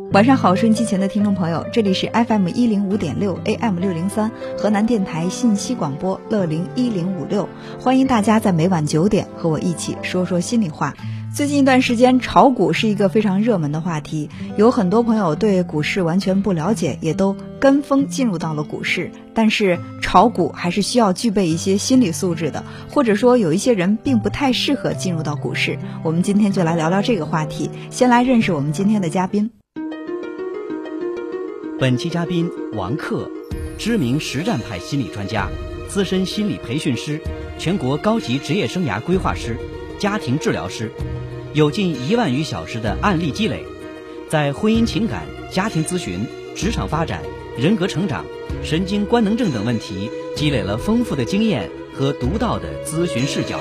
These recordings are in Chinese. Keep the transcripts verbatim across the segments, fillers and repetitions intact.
晚上好，收音机前的听众朋友，这里是 F M 一零五点六 A M 六零三河南电台信息广播乐龄一零五六，欢迎大家在每晚九点和我一起说说心里话。最近一段时间，炒股是一个非常热门的话题，有很多朋友对股市完全不了解，也都跟风进入到了股市。但是炒股还是需要具备一些心理素质的，或者说有一些人并不太适合进入到股市。我们今天就来聊聊这个话题。先来认识我们今天的嘉宾。 本期嘉宾王克，知名实战派心理专家，资深心理培训师，全国高级职业生涯规划师，家庭治疗师，有近一万余小时的案例积累，在婚姻情感、家庭咨询、职场发展、人格成长、神经官能症等问题积累了丰富的经验和独到的咨询视角。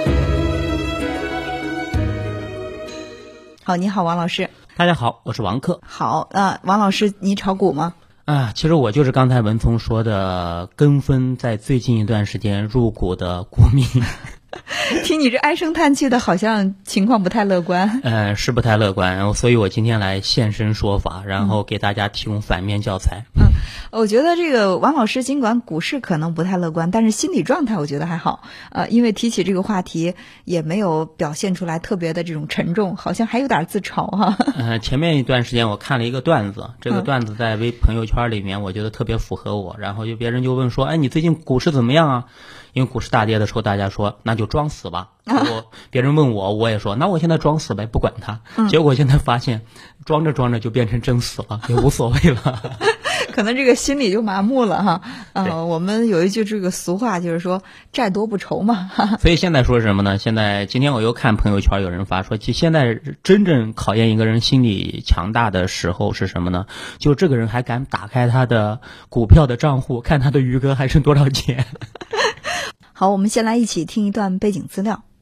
好，你好，王老师。 大家好，我是王克。 好，呃，王老师，你炒股吗？ 啊，其实我就是刚才文聪说的跟风在最近一段时间入股的股民。 听你这唉声叹气的，好像情况不太乐观。 呃，是不太乐观，然后所以我今天来现身说法，然后给大家提供反面教材。 嗯，我觉得这个王老师尽管股市可能不太乐观，但是心理状态我觉得还好。呃，因为提起这个话题也没有表现出来特别的这种沉重，好像还有点自嘲哈。 呃，前面一段时间我看了一个段子，这个段子在微朋友圈里面，我觉得特别符合我。然后就别人就问说，哎，你最近股市怎么样啊？因为股市大跌的时候，大家说那就装死吧。然后别人问我，我也说那我现在装死呗，不管它。嗯、结果现在发现，装着装着就变成真死了，也无所谓了。 可能这个心里就麻木了哈。呃，我们有一句这个俗话，就是说债多不愁嘛。 所以现在说什么呢？现在今天我又看朋友圈有人发说，其实现在真正考验一个人心理强大的时候是什么呢？就这个人还敢打开他的股票的账户，看他的余额还剩多少钱。 好，我们先来一起听一段背景资料。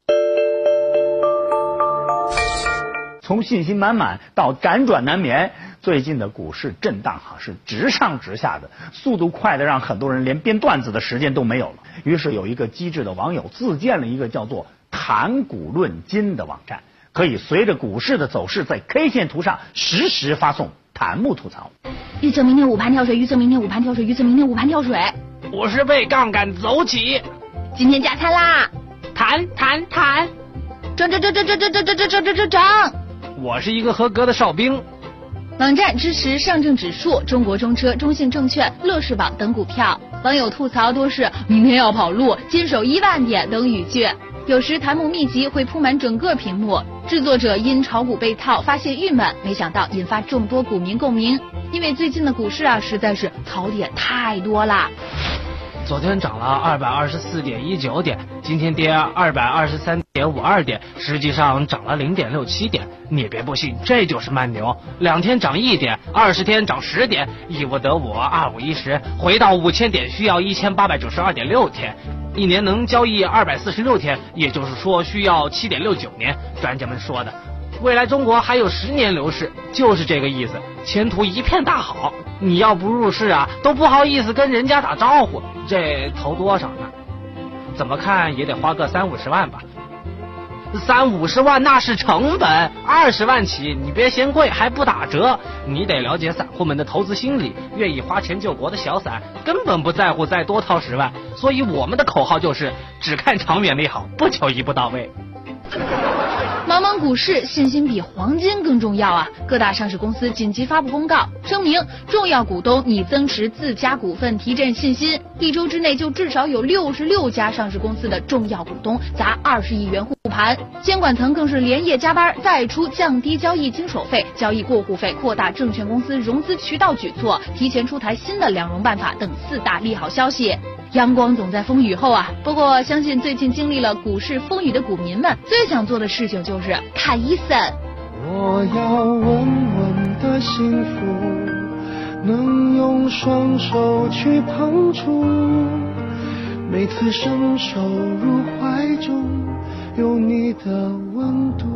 从信心满满到辗转难眠，最近的股市震荡哈是直上直下的，速度快的让很多人连编段子的时间都没有了。于是有一个机智的网友自建了一个叫做谈股论金的网站，可以随着股市的走势在 K 线图上实时发送弹幕吐槽。 预测明天午盘跳水，预测明天午盘跳水，预测明天午盘跳水。 我是被杠杆走起。 今天加餐啦！ 弹弹弹， 涨涨涨涨涨涨涨涨涨涨涨涨！ 我是一个合格的哨兵。 网站支持上证指数、中国中车、中信证券、乐视网等股票。网友吐槽多是明天要跑路、坚守一万点等语句。有时弹幕密集会铺满整个屏幕。制作者因炒股被套发泄郁闷，没想到引发众多股民共鸣。因为最近的股市啊，实在是槽点太多啦。 昨天涨了二百二十四点一九点，今天跌二百二十三点五二点，实际上涨了零点六七点。你别不信，这就是慢牛，两天涨一点，二十天涨十点，一五得五，二五一十，回到五千点需要一千八百九十二点六天，一年能交易二百四十六天，也就是说需要七点六九年。专家们说的，未来中国还有十年牛市，就是这个意思，前途一片大好。你要不入市啊，都不好意思跟人家打招呼。这投多少呢？怎么看也得花个三五十万吧。三五十万那是成本，二十万起，你别嫌贵，还不打折。你得了解散户们的投资心理，愿意花钱救国的小散根本不在乎再多掏十万。所以我们的口号就是只看长远利好，不求一步到位。 茫茫股市，信心比黄金更重要啊！各大上市公司紧急发布公告，声明重要股东拟增持自家股份，提振信心。一周之内就至少有六十六家上市公司的重要股东砸二十亿元护盘。监管层更是连夜加班，再出降低交易经手费、交易过户费、扩大证券公司融资渠道举措，提前出台新的两融办法等四大利好消息。阳光总在风雨后啊！不过相信最近经历了股市风雨的股民们，最想做的事情就是看医生。 我要稳稳的幸福，能用双手去碰触，每次伸手入怀中，有你的温度。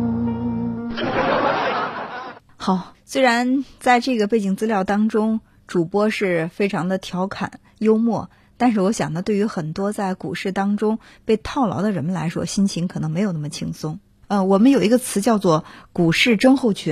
好，虽然在这个背景资料当中，主播是非常的调侃幽默，但是我想呢，对于很多在股市当中被套牢的人们来说，心情可能没有那么轻松。呃，我们有一个词叫做股市症候群。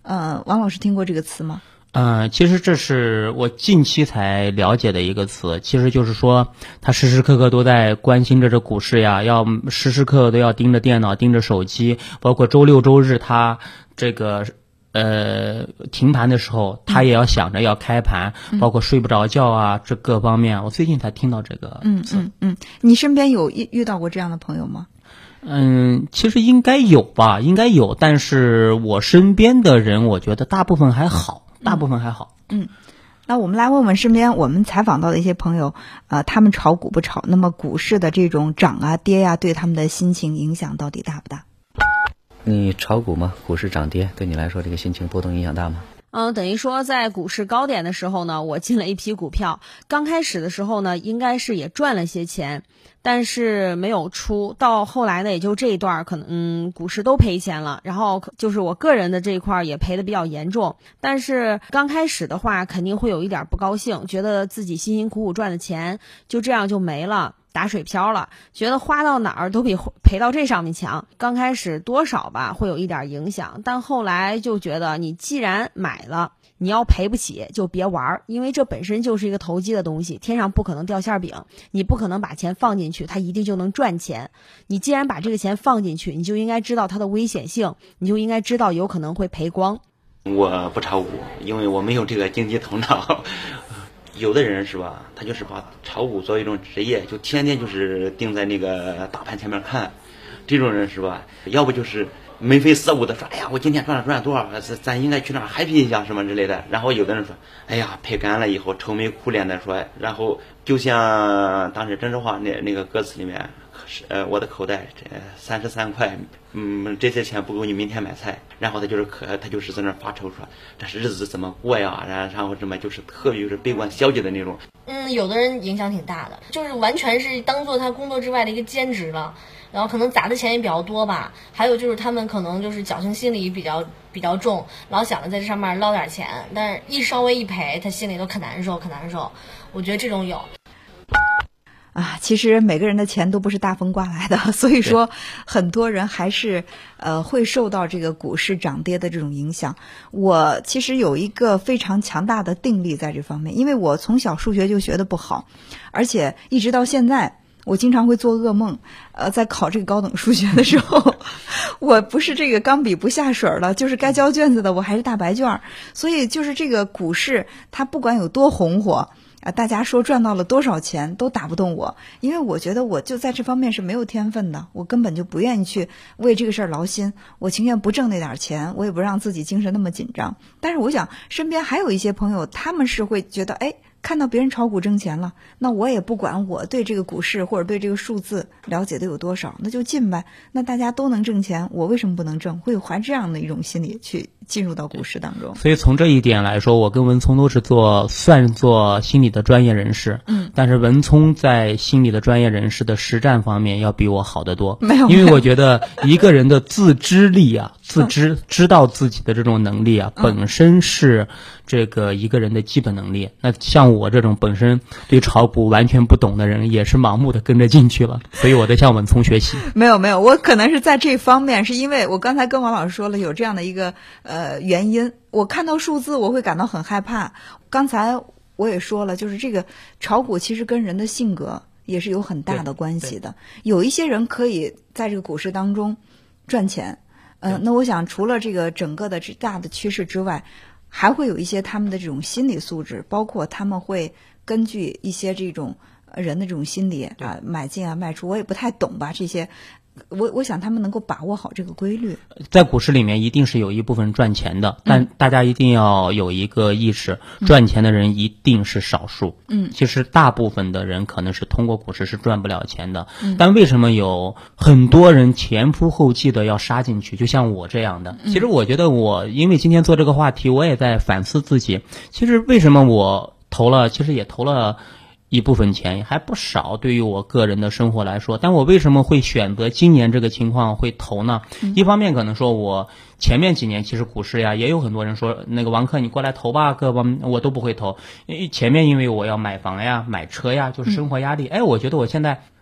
呃，王老师听过这个词吗？ 嗯、呃，其实这是我近期才了解的一个词，其实就是说他时时刻刻都在关心着这股市呀，要时时刻刻都要盯着电脑盯着手机，包括周六周日他这个呃停盘的时候他也要想着要开盘、嗯、包括睡不着觉啊，这各方面我最近才听到这个词。 嗯嗯嗯，你身边有遇到过这样的朋友吗？ 嗯，其实应该有吧，应该有，但是我身边的人我觉得大部分还好，大部分还好。 嗯，那我们来问问身边我们采访到的一些朋友，呃，他们炒股不炒？那么股市的这种涨啊跌呀、啊，对他们的心情影响到底大不大？ 你炒股吗？股市涨跌对你来说这个心情波动影响大吗？ 嗯，等于说在股市高点的时候呢，我进了一批股票，刚开始的时候呢，应该是也赚了些钱，但是没有出，到后来呢，也就这一段可能嗯，股市都赔钱了，然后就是我个人的这一块也赔得比较严重。但是刚开始的话，肯定会有一点不高兴，觉得自己辛辛苦苦赚的钱就这样就没了。打水漂了，觉得花到哪儿都比赔到这上面强。刚开始多少吧会有一点影响，但后来就觉得你既然买了，你要赔不起就别玩，因为这本身就是一个投机的东西，天上不可能掉馅饼，你不可能把钱放进去它一定就能赚钱。你既然把这个钱放进去，你就应该知道它的危险性，你就应该知道有可能会赔光。 我不炒股，因为我没有这个经济头脑。有的人是吧，他就是把炒股作为一种职业，就天天就是盯在那个大盘前面看。这种人是吧，要不就是眉飞色舞的说，哎呀，我今天赚了赚了多少，咱咱应该去那儿 happy 一下什么之类的。然后有的人说，哎呀，赔干了以后愁眉苦脸的说，然后就像当时郑智化那那个歌词里面，呃，我的口袋这三十三块，嗯，这些钱不够你明天买菜。然后他就是可，他就是在那发愁说，这日子怎么过呀？然然后什么就是特别就是悲观消极的那种。 嗯，有的人影响挺大的，就是完全是当做他工作之外的一个兼职了，然后可能砸的钱也比较多吧。还有就是他们可能就是侥幸心理比较比较重，老想着在这上面捞点钱，但是一稍微一赔，他心里都可难受可难受。我觉得这种有。 啊，其实每个人的钱都不是大风刮来的，所以说很多人还是呃会受到这个股市涨跌的这种影响。我其实有一个非常强大的定力在这方面，因为我从小数学就学得不好，而且一直到现在我经常会做噩梦，呃，在考这个高等数学的时候，我不是这个钢笔不下水了，就是该交卷子的我还是大白卷。所以就是这个股市，它不管有多红火，啊，大家说赚到了多少钱都打不动我，因为我觉得我就在这方面是没有天分的，我根本就不愿意去为这个事儿劳心，我情愿不挣那点钱，我也不让自己精神那么紧张。但是我想身边还有一些朋友，他们是会觉得，哎，看到别人炒股挣钱了，那我也不管我对这个股市或者对这个数字了解的有多少，那就进呗，那大家都能挣钱，我为什么不能挣？会有怀这样的一种心理去进入到股市当中。 所以从这一点来说，我跟文聪都是做算做心理的专业人士， 嗯， 但是文聪在心理的专业人士的实战方面要比我好得多。 没有， 因为我觉得一个人的自知力啊，自知知道自己的这种能力啊， 嗯、 本身是这个一个人的基本能力。那像我这种本身对炒股完全不懂的人，也是盲目的跟着进去了，所以我在向文聪学习。 没有没有，我可能是在这方面，是因为我刚才跟王老师说了有这样的一个呃原因，我看到数字我会感到很害怕。刚才我也说了，就是这个炒股其实跟人的性格也是有很大的关系的。有一些人可以在这个股市当中赚钱，呃，那我想除了这个整个的这大的趋势之外，还会有一些他们的这种心理素质，包括他们会根据一些这种人的这种心理啊，买进啊卖出，我也不太懂吧这些。我我想他们能够把握好这个规律。 在股市里面一定是有一部分赚钱的，但大家一定要有一个意识，嗯、赚钱的人一定是少数。 嗯， 其实大部分的人可能是通过股市是赚不了钱的。嗯，但为什么有很多人前仆后继的要杀进去？就像我这样的。嗯、其实我觉得我因为今天做这个话题，我也在反思自己。其实为什么我投了，其实也投了一部分钱，还不少，对于我个人的生活来说。但我为什么会选择今年这个情况会投呢？嗯、一方面可能说我前面几年其实股市呀也有很多人说那个王克你过来投吧，各方我都不会投。因为前面因为我要买房呀买车呀，就是生活压力。嗯、哎，我觉得我现在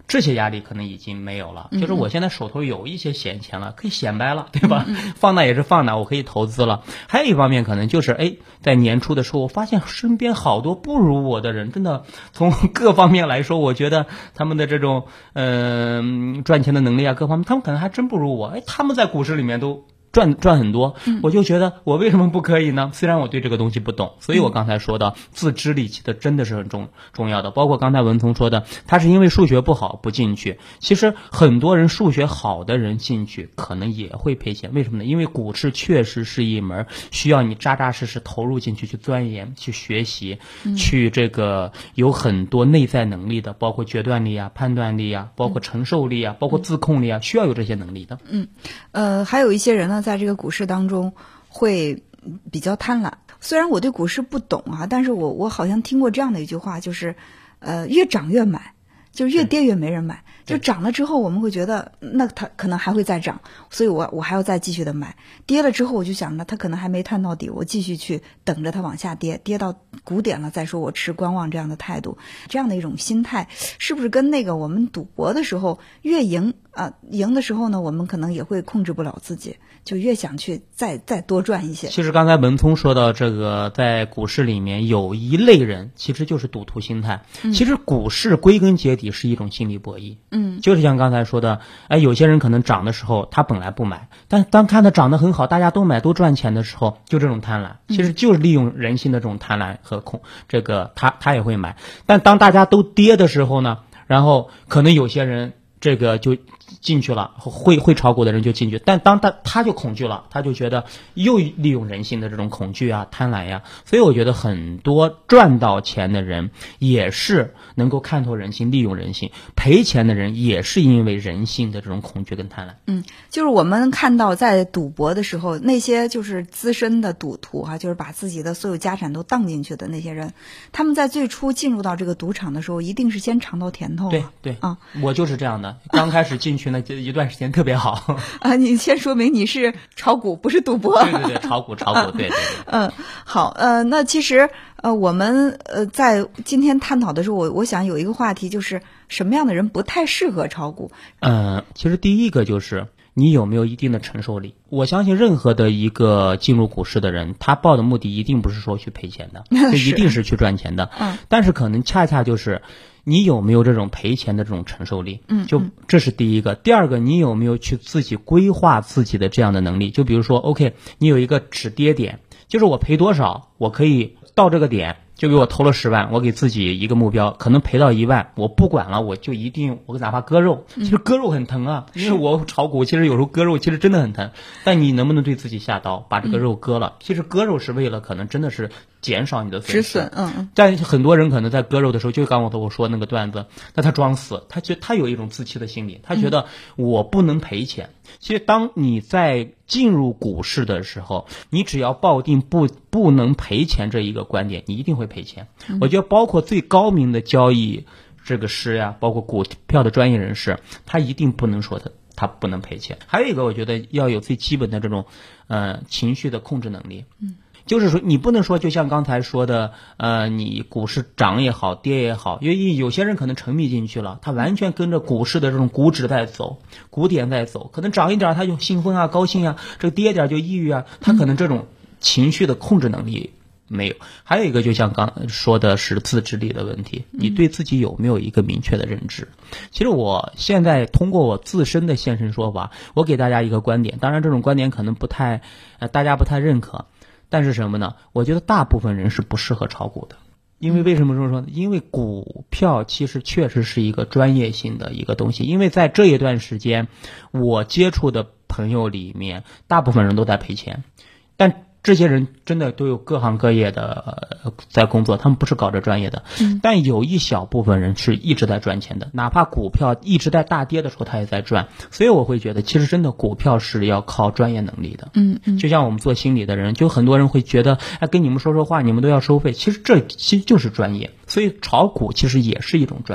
这些压力可能已经没有了， 嗯、 就是我现在手头有一些闲钱了，可以显摆了，对吧？嗯、放那也是放那，我可以投资了。还有一方面可能就是哎，在年初的时候，我发现身边好多不如我的人，真的从各方面来说，我觉得他们的这种嗯、呃、赚钱的能力啊，各方面，他们可能还真不如我。哎，他们在股市里面都赚赚很多，我就觉得我为什么不可以呢？虽然我对这个东西不懂，所以我刚才说到自知力其实真的是很重重要的。包括刚才文聪说的，他是因为数学不好不进去。其实很多人数学好的人进去可能也会赔钱，为什么呢？因为股市确实是一门需要你扎扎实实投入进去去钻研、去学习、嗯、去这个有很多内在能力的，包括决断力啊、判断力啊，包括承受力啊，包括自控力啊，需要有这些能力的。 嗯，呃，还有一些人呢，在这个股市当中会比较贪婪。虽然我对股市不懂啊，但是我我好像听过这样的一句话，就是呃越涨越买，就是越跌越没人买。就涨了之后我们会觉得那它可能还会再涨，所以我我还要再继续的买。跌了之后我就想着它可能还没探到底，我继续去等着它往下跌，跌到谷点了再说，我持观望这样的态度。这样的一种心态是不是跟那个我们赌博的时候越赢啊赢的时候呢，我们可能也会控制不了自己，就越想去再再多赚一些。 其实刚才文聪说到这个，在股市里面有一类人其实就是赌徒心态、嗯、其实股市归根结底是一种心理博弈。嗯，就是像刚才说的，哎，有些人可能涨的时候他本来不买，但当看它涨得很好，大家都买都赚钱的时候，就这种贪婪，其实就是利用人性的这种贪婪和恐，这个他他也会买。但当大家都跌的时候呢，然后可能有些人这个就进去了，会会炒股的人就进去，但当他他就恐惧了，他就觉得又利用人性的这种恐惧啊、贪婪呀，所以我觉得很多赚到钱的人也是能够看透人性、利用人性，赔钱的人也是因为人性的这种恐惧跟贪婪。 嗯，就是我们看到在赌博的时候，那些就是资深的赌徒哈、啊，就是把自己的所有家产都荡进去的那些人，他们在最初进入到这个赌场的时候，一定是先尝到甜头、啊。 对对啊，我就是这样的，刚开始进去呢，这一段时间特别好啊。你先说明你是炒股，不是赌博。 对对对，炒股炒股，对对对。 嗯，好，呃，那其实呃，我们呃在今天探讨的时候，我我想有一个话题就是什么样的人不太适合炒股。 嗯、呃，其实第一个就是你有没有一定的承受力。我相信任何的一个进入股市的人，他抱的目的一定不是说去赔钱的，这一定是去赚钱的。嗯，但是可能恰恰就是你有没有这种赔钱的这种承受力？嗯，就这是第一个。第二个，你有没有去自己规划自己的这样的能力？就比如说 ，OK， 你有一个止跌点，就是我赔多少，我可以到这个点。就给我投了十万，我给自己一个目标，可能赔到一万，我不管了，我就一定，我哪怕割肉，其实割肉很疼啊，因为我炒股，其实有时候割肉其实真的很疼。但你能不能对自己下刀，把这个肉割了？其实割肉是为了可能真的是减少你的损失。 止损，嗯嗯。 但很多人可能在割肉的时候，就刚我我说那个段子，那他装死，他觉他有一种自欺的心理，他觉得我不能赔钱。其实当你在进入股市的时候，你只要抱定不不能赔钱这一个观点，你一定会赔钱。嗯、我觉得包括最高明的交易这个师呀，包括股票的专业人士，他一定不能说他他不能赔钱。还有一个，我觉得要有最基本的这种呃情绪的控制能力。嗯。就是说，你不能说就像刚才说的，呃，你股市涨也好，跌也好，因为有些人可能沉迷进去了，他完全跟着股市的这种股指在走，股点在走，可能涨一点他就兴奋啊、高兴啊，这个跌一点就抑郁啊，他可能这种情绪的控制能力没有。还有一个，就像刚说的是自制力的问题，你对自己有没有一个明确的认知？其实我现在通过我自身的现身说法，我给大家一个观点，当然这种观点可能不太，呃，大家不太认可。但是什么呢？我觉得大部分人是不适合炒股的，因为为什么这么说呢？因为股票其实确实是一个专业性的一个东西。因为在这一段时间，我接触的朋友里面，大部分人都在赔钱，但这些人真的都有各行各业的、呃、在工作，他们不是搞这专业的、嗯、但有一小部分人是一直在赚钱的，哪怕股票一直在大跌的时候他也在赚。所以我会觉得其实真的股票是要靠专业能力的。嗯嗯，就像我们做心理的人，就很多人会觉得哎，跟你们说说话你们都要收费，其实这其实就是专业。所以炒股其实也是一种专业。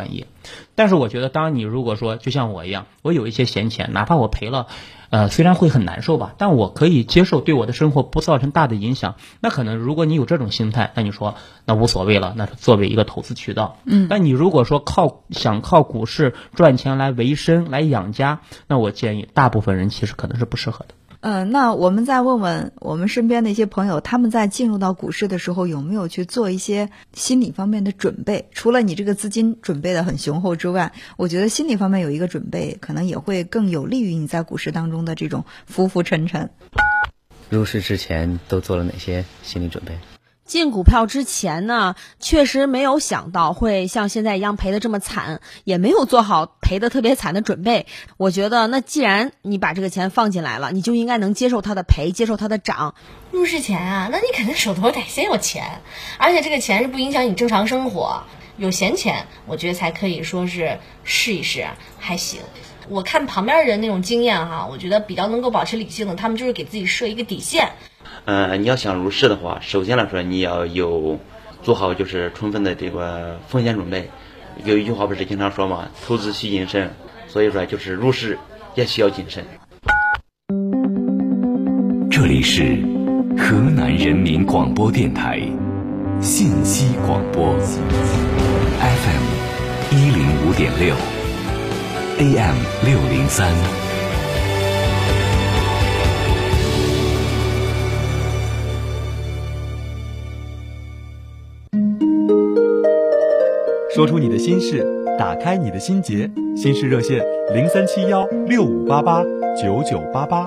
但是我觉得，当你如果说就像我一样，我有一些闲钱，哪怕我赔了，呃，虽然会很难受吧，但我可以接受，对我的生活不造成大的影响。那可能如果你有这种心态，那你说那无所谓了，那是作为一个投资渠道。 嗯， 但你如果说靠想靠股市赚钱来维生来养家，那我建议大部分人其实可能是不适合的。 呃，那我们再问问我们身边的一些朋友，他们在进入到股市的时候有没有去做一些心理方面的准备？除了你这个资金准备的很雄厚之外，我觉得心理方面有一个准备，可能也会更有利于你在股市当中的这种浮浮沉沉。 入市之前都做了哪些心理准备？ 进股票之前呢，确实没有想到会像现在一样赔得这么惨，也没有做好赔得特别惨的准备。我觉得那既然你把这个钱放进来了，你就应该能接受它的赔，接受它的涨。 入市前啊，那你肯定手头得先有钱，而且这个钱是不影响你正常生活，有闲钱，我觉得才可以说是试一试，还行。我看旁边人那种经验哈，我觉得比较能够保持理性的，他们就是给自己设一个底线。 呃，你要想入市的话，首先来说你要有做好就是充分的这个风险准备。有一句话不是经常说嘛，投资需谨慎，所以说就是入市也需要谨慎。 这里是河南人民广播电台信息广播 F M 一零五点六 A M 六零三。 说出你的心事，打开你的心结，心事热线零三七幺六五八八九九八八。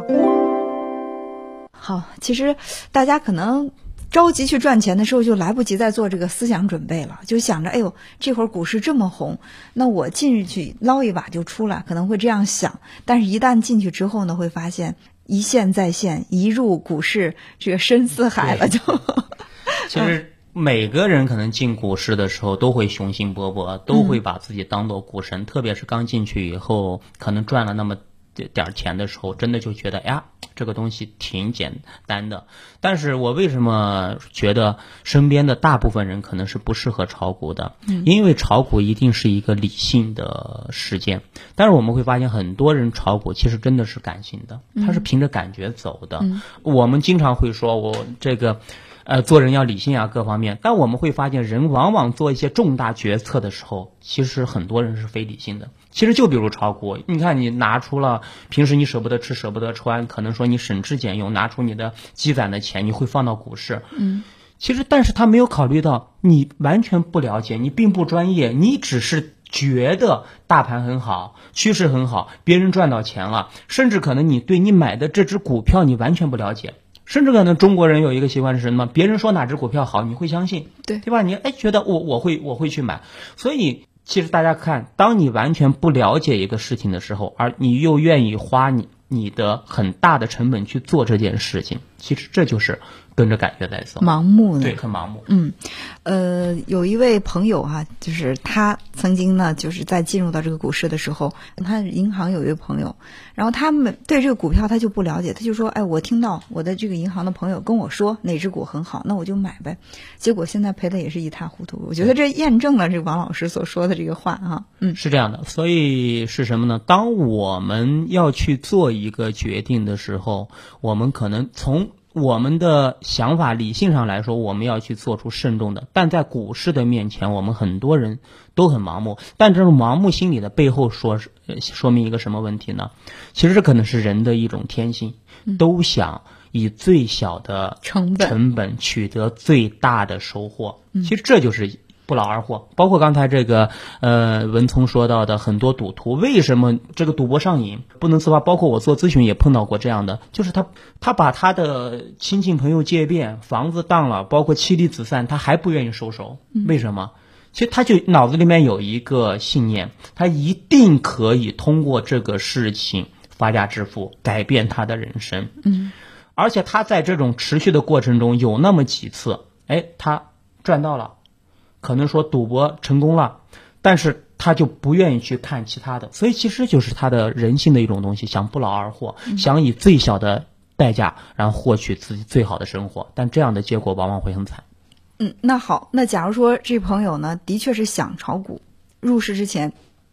好，其实大家可能着急去赚钱的时候，就来不及再做这个思想准备了，就想着，哎呦，这会儿股市这么红，那我进去捞一把就出来，可能会这样想。但是，一旦进去之后呢，会发现一线再现，一入股市，这个深似海了就。 其实。每个人可能进股市的时候都会雄心勃勃，都会把自己当做股神，嗯、特别是刚进去以后，可能赚了那么点钱的时候，真的就觉得呀，这个东西挺简单的。但是我为什么觉得身边的大部分人可能是不适合炒股的？嗯、因为炒股一定是一个理性的实践，但是我们会发现很多人炒股其实真的是感性的，他是凭着感觉走的。嗯、我们经常会说，我这个。呃，做人要理性啊，各方面。但我们会发现，人往往做一些重大决策的时候，其实很多人是非理性的。其实就比如炒股，你看你拿出了平时你舍不得吃、舍不得穿，可能说你省吃俭用，拿出你的积攒的钱，你会放到股市。嗯，其实但是他没有考虑到，你完全不了解，你并不专业，你只是觉得大盘很好，趋势很好，别人赚到钱了，甚至可能你对你买的这只股票你完全不了解。甚至可能中国人有一个习惯是什么？别人说哪只股票好，你会相信， 对对吧？你哎觉得我我会我会去买，所以其实大家看，当你完全不了解一个事情的时候，而你又愿意花你你的很大的成本去做这件事情，其实这就是跟着感觉在走， 盲目的， 对，很盲目。 嗯，呃，有一位朋友哈、啊，就是他曾经呢，就是在进入到这个股市的时候，他银行有一位朋友，然后他们对这个股票他就不了解，他就说，哎，我听到我的这个银行的朋友跟我说哪只股很好，那我就买呗。结果现在赔的也是一塌糊涂。我觉得这验证了这个王老师所说的这个话哈。嗯， 是这样的。所以是什么呢？当我们要去做一个决定的时候，我们可能从我们的想法理性上来说，我们要去做出慎重的，但在股市的面前，我们很多人都很盲目。但这种盲目心理的背后说说明一个什么问题呢？其实这可能是人的一种天性，都想以最小的成本成本取得最大的收获。其实这就是不劳而获。包括刚才这个呃文聪说到的很多赌徒，为什么这个赌博上瘾不能自拔？包括我做咨询也碰到过这样的，就是他他把他的亲戚朋友借遍，房子当了，包括妻离子散，他还不愿意收手。为什么？其实他就脑子里面有一个信念，他一定可以通过这个事情发家致富，改变他的人生。嗯，而且他在这种持续的过程中有那么几次，哎，他赚到了，可能说赌博成功了，但是他就不愿意去看其他的，所以其实就是他的人性的一种东西，想不劳而获，嗯、想以最小的代价然后获取自己最好的生活，但这样的结果往往会很惨。 嗯，那好，那假如说这朋友呢，的确是想炒股，入市之前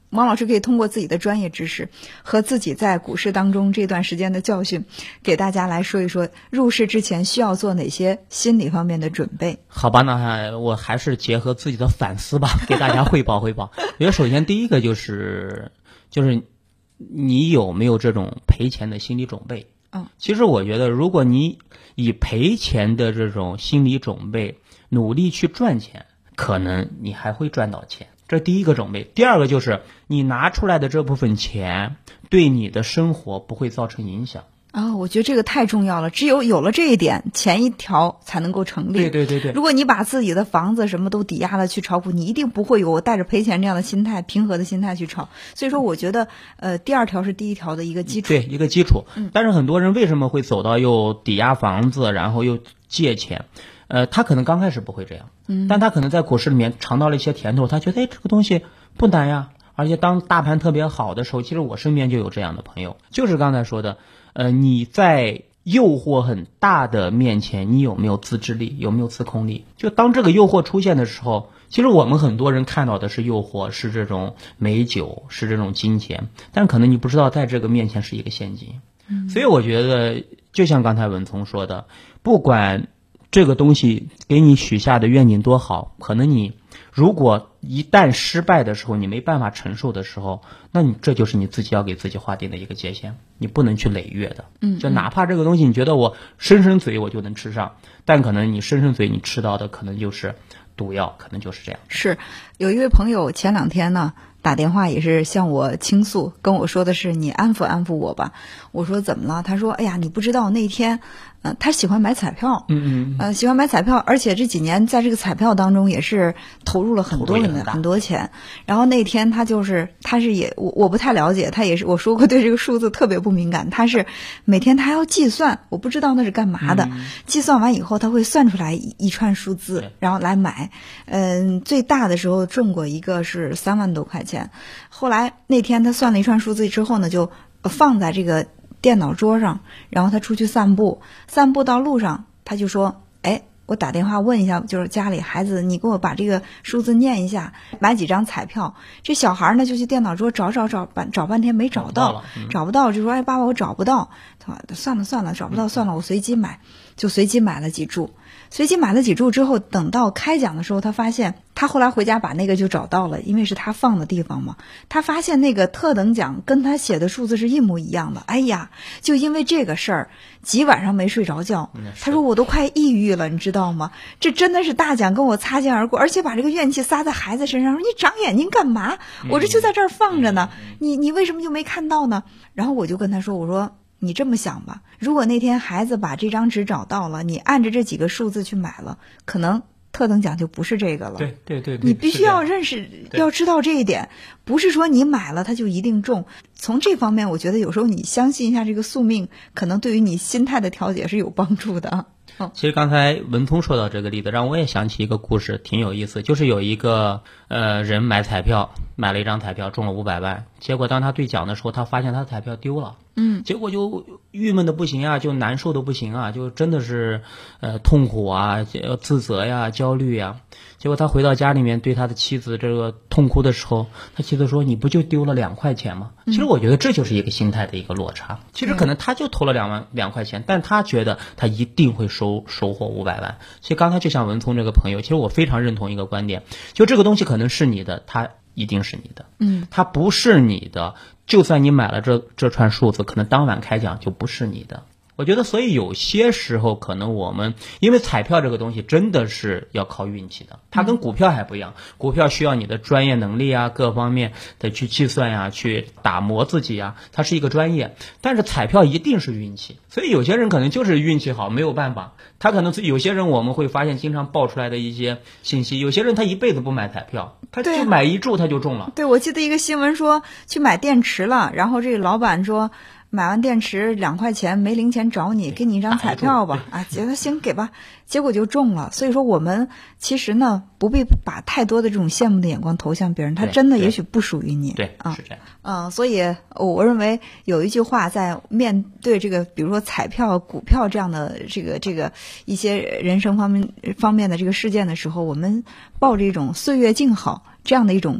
王老师可以通过自己的专业知识和自己在股市当中这段时间的教训，给大家来说一说入市之前需要做哪些心理方面的准备。 好吧，那我还是结合自己的反思吧，给大家汇报汇报。我觉得首先第一个就是就是你有没有这种赔钱的心理准备。 嗯， 其实我觉得如果你以赔钱的这种心理准备努力去赚钱，可能你还会赚到钱，这是第一个准备。第二个就是你拿出来的这部分钱对你的生活不会造成影响。 啊、哦，我觉得这个太重要了，只有有了这一点，前一条才能够成立。 对对对对， 如果你把自己的房子什么都抵押了去炒股，你一定不会有我带着赔钱这样的心态，平和的心态去炒。所以说，我觉得呃，第二条是第一条的一个基础。 对，一个基础。 嗯， 但是很多人为什么会走到又抵押房子，然后又借钱？呃，他可能刚开始不会这样， 嗯， 但他可能在股市里面尝到了一些甜头，他觉得哎，这个东西不难呀。而且当大盘特别好的时候，其实我身边就有这样的朋友，就是刚才说的。呃，你在诱惑很大的面前，你有没有自制力，有没有自控力？就当这个诱惑出现的时候，其实我们很多人看到的是诱惑，是这种美酒，是这种金钱，但可能你不知道在这个面前是一个陷阱。 嗯， 所以我觉得就像刚才文聪说的，不管这个东西给你许下的愿景多好，可能你如果一旦失败的时候，你没办法承受的时候，那你这就是你自己要给自己划定的一个界限，你不能去累越的。 嗯， 就哪怕这个东西你觉得我伸伸嘴我就能吃上，但可能你伸伸嘴你吃到的可能就是毒药，可能就是这样。 是，有一位朋友前两天呢打电话也是向我倾诉，跟我说的是你安抚安抚我吧。我说怎么了？他说哎呀，你不知道那天呃，他喜欢买彩票， 嗯嗯， 呃，喜欢买彩票，而且这几年在这个彩票当中也是投入了很多很很多钱。然后那天他就是他是也我我不太了解，他也是我说过对这个数字特别不敏感，他是每天他还要计算，我不知道那是干嘛的。 嗯、 计算完以后他会算出来一一串数字，然后来买。嗯，最大的时候中过一个是三万多块钱。后来那天他算了一串数字之后呢，就放在这个电脑桌上，然后他出去散步，散步到路上他就说，哎，我打电话问一下，就是家里孩子，你给我把这个数字念一下，买几张彩票。这小孩呢就去电脑桌找找找半找半天没找到， 找, 嗯、 找不到就说，哎，爸爸我找不到。他说算了算了，找不到算了，我随机买，就随机买了几注。随机买了几注之后，等到开奖的时候，他发现他后来回家把那个就找到了，因为是他放的地方嘛。他发现那个特等奖跟他写的数字是一模一样的。哎呀，就因为这个事儿，几晚上没睡着觉。他说我都快抑郁了，你知道吗？这真的是大奖跟我擦肩而过，而且把这个怨气撒在孩子身上，说你长眼睛干嘛？我这就在这儿放着呢，你你为什么就没看到呢？然后我就跟他说，我说你这么想吧，如果那天孩子把这张纸找到了，你按着这几个数字去买了，可能特等奖就不是这个了。 对对 对, 对， 你必须要认识，要知道这一点，不是说你买了它就一定中。从这方面，我觉得有时候你相信一下这个宿命，可能对于你心态的调节是有帮助的。嗯、 其实刚才文聪说到这个例子，让我也想起一个故事，挺有意思。就是有一个呃人买彩票，买了一张彩票中了五百万，结果当他兑奖的时候，他发现他的彩票丢了。 嗯， 结果就郁闷的不行啊，就难受的不行啊，就真的是呃痛苦啊，自责呀，焦虑呀。结果他回到家里面，对他的妻子这个痛哭的时候，他妻子说：“你不就丢了两块钱吗？”其实我觉得这就是一个心态的一个落差。其实可能他就投了两万两块钱，但他觉得他一定会收收获五百万。其实刚才就像文聪这个朋友，其实我非常认同一个观点，就这个东西可能是你的，它一定是你的。 嗯， 它不是你的，就算你买了这这串数字，可能当晚开奖就不是你的。我觉得，所以有些时候可能我们因为彩票这个东西真的是要靠运气的，它跟股票还不一样。股票需要你的专业能力啊，各方面的去计算呀、啊，去打磨自己啊，它是一个专业。但是彩票一定是运气，所以有些人可能就是运气好，没有办法。他可能有些人我们会发现经常爆出来的一些信息，有些人他一辈子不买彩票，他就买一注他就中了。 对，我记得一个新闻说去买电池了，然后这个老板说，买完电池两块钱没零钱找你，给你一张彩票吧，啊，觉得行给吧，结果就中了。所以说我们其实呢不必把太多的这种羡慕的眼光投向别人，他真的也许不属于你。 对， 啊， 是这样。 嗯，所以我认为有一句话，在面对这个比如说彩票、股票这样的这个这个一些人生方面方面的这个事件的时候，我们抱着一种岁月静好这样的一种对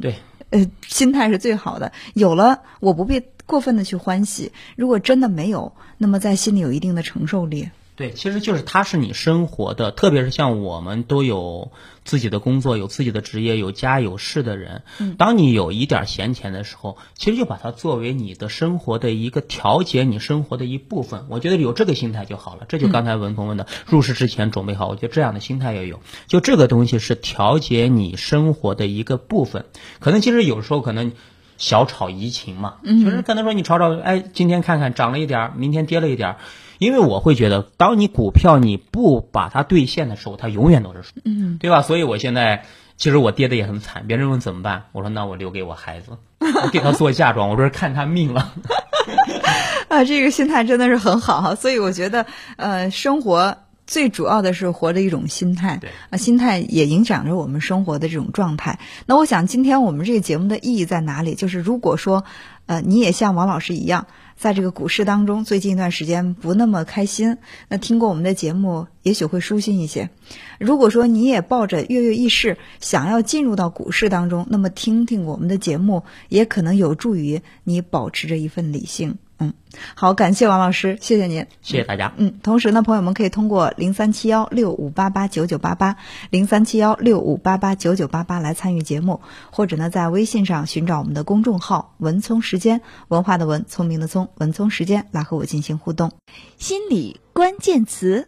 呃，心态是最好的。有了，我不必过分的去欢喜；如果真的没有，那么在心里有一定的承受力。 对，其实就是它是你生活的，特别是像我们都有自己的工作，有自己的职业，有家有室的人， 嗯， 当你有一点闲钱的时候，其实就把它作为你的生活的一个调节你生活的一部分。我觉得有这个心态就好了。这就刚才文鹏问的，嗯、入市之前准备好，我觉得这样的心态要有。就这个东西是调节你生活的一个部分。可能其实有时候可能小炒怡情嘛， 嗯， 就是可能说你炒炒，哎，今天看看涨了一点，明天跌了一点。因为我会觉得，当你股票你不把它兑现的时候，它永远都是输， 嗯， 对吧？所以我现在其实我跌的也很惨，别人问怎么办，我说那我留给我孩子，我给他做嫁妆，我说是看他命了。 啊，这个心态真的是很好哈，所以我觉得，呃，生活最主要的是活的一种心态， 对啊，心态也影响着我们生活的这种状态。那我想今天我们这个节目的意义在哪里？就是如果说，呃，你也像王老师一样，在这个股市当中最近一段时间不那么开心，那听过我们的节目也许会舒心一些。如果说你也抱着跃跃欲试想要进入到股市当中，那么听听我们的节目也可能有助于你保持着一份理性。嗯，好，感谢王老师，谢谢您， 谢谢大家。 嗯，同时呢，朋友们可以通过零三七幺六五八八九九八八零三七幺六五八八九九八八来参与节目，或者呢在微信上寻找我们的公众号文聪时间，文化的文，聪明的聪，文聪时间，来和我进行互动。心理关键词，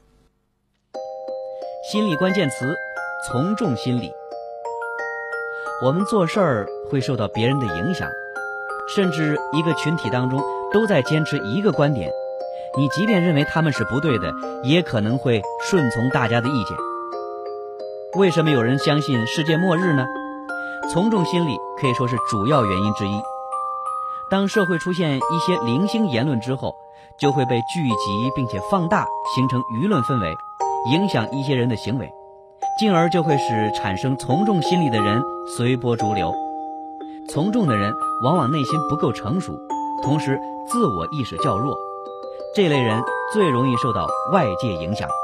心理关键词，从众心理。我们做事儿会受到别人的影响，甚至一个群体当中都在坚持一个观点，你即便认为他们是不对的，也可能会顺从大家的意见。为什么有人相信世界末日呢？从众心理可以说是主要原因之一。当社会出现一些零星言论之后，就会被聚集并且放大，形成舆论氛围，影响一些人的行为，进而就会使产生从众心理的人随波逐流。从众的人往往内心不够成熟，同时自我意识较弱，这类人最容易受到外界影响。